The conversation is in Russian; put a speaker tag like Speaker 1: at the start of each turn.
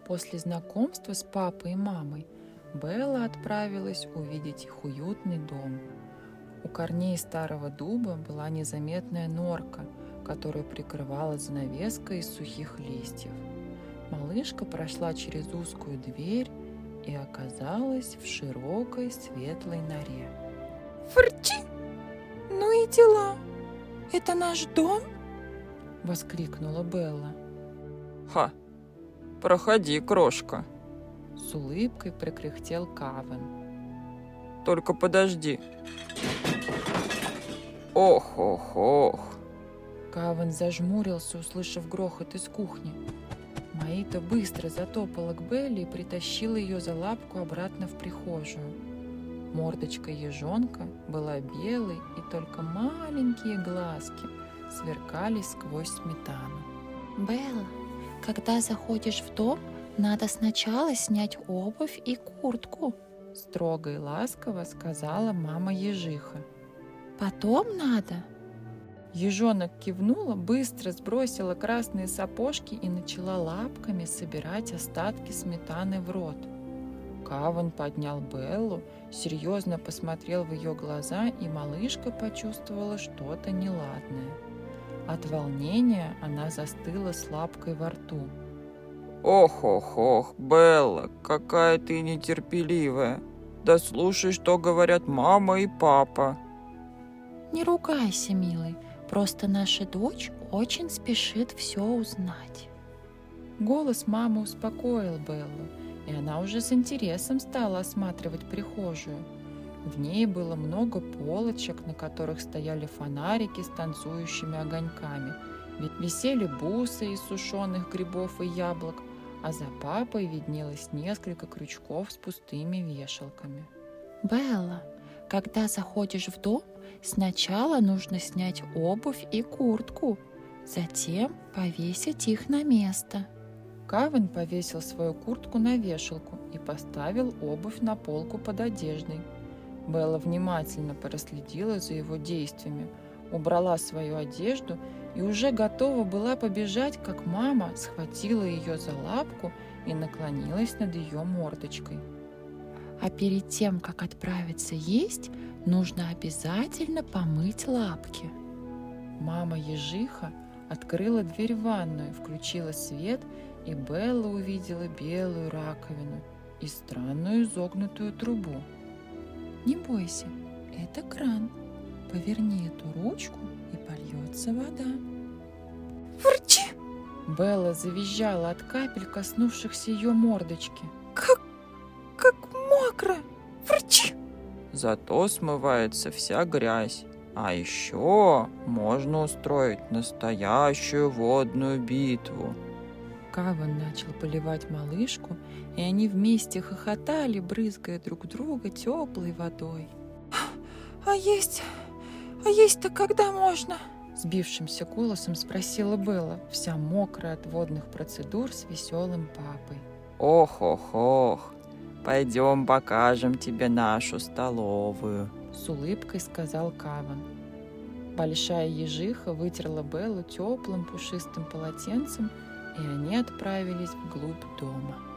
Speaker 1: После знакомства с папой и мамой Белла отправилась увидеть их уютный дом. У корней старого дуба была незаметная норка, которую прикрывала занавеска из сухих листьев. Малышка прошла через узкую дверь и оказалась в широкой светлой норе.
Speaker 2: Фырчи! Ну и дела. Это наш дом?
Speaker 1: Воскликнула Белла.
Speaker 3: Ха! Проходи, крошка.
Speaker 1: С улыбкой прокряхтел Каван.
Speaker 3: Только подожди. Ох, ох, ох.
Speaker 1: Каван зажмурился, услышав грохот из кухни. Маита быстро затопала к Белле и притащила ее за лапку обратно в прихожую. Мордочка ежонка была белой, и только маленькие глазки сверкали сквозь сметану.
Speaker 2: Белла, когда заходишь в дом, надо сначала снять обувь и куртку.
Speaker 1: Строго и ласково сказала мама ежиха.
Speaker 2: Потом надо.
Speaker 1: Ежонок кивнула, быстро сбросила красные сапожки и начала лапками собирать остатки сметаны в рот. Каван поднял Беллу, серьезно посмотрел в ее глаза, и малышка почувствовала что-то неладное. От волнения она застыла с лапкой во рту.
Speaker 3: Ох, ох, ох, Белла, какая ты нетерпеливая. Да слушай, что говорят мама и папа.
Speaker 2: Не ругайся, милый. Просто наша дочь очень спешит все узнать.
Speaker 1: Голос мамы успокоил Беллу, и она уже с интересом стала осматривать прихожую. В ней было много полочек, на которых стояли фонарики с танцующими огоньками. Висели бусы из сушеных грибов и яблок, а за папой виднелось несколько крючков с пустыми вешалками.
Speaker 2: Белла, когда заходишь в дом, сначала нужно снять обувь и куртку, затем повесить их на место.
Speaker 1: Каван повесил свою куртку на вешалку и поставил обувь на полку под одеждой. Белла внимательно проследила за его действиями, убрала свою одежду и уже готова была побежать, как мама схватила ее за лапку и наклонилась над ее мордочкой.
Speaker 2: А перед тем, как отправиться есть, нужно обязательно помыть лапки.
Speaker 1: Мама ежиха открыла дверь в ванную, включила свет, и Белла увидела белую раковину и странную изогнутую трубу.
Speaker 2: Не бойся, это кран. Поверни эту ручку, и польется вода. Фырчи!
Speaker 1: Белла завизжала от капель, коснувшихся ее мордочки.
Speaker 2: Как мокро! Фырчи!
Speaker 3: Зато смывается вся грязь. А еще можно устроить настоящую водную битву.
Speaker 1: Каван начал поливать малышку, и они вместе хохотали, брызгая друг друга теплой водой.
Speaker 2: А есть-то когда можно?
Speaker 1: Сбившимся голосом спросила Белла, вся мокрая от водных процедур с веселым папой.
Speaker 3: Ох, ох, ох. Пойдем покажем тебе нашу столовую.
Speaker 1: С улыбкой сказал Каван. Большая ежиха вытерла Беллу теплым пушистым полотенцем, и они отправились вглубь дома.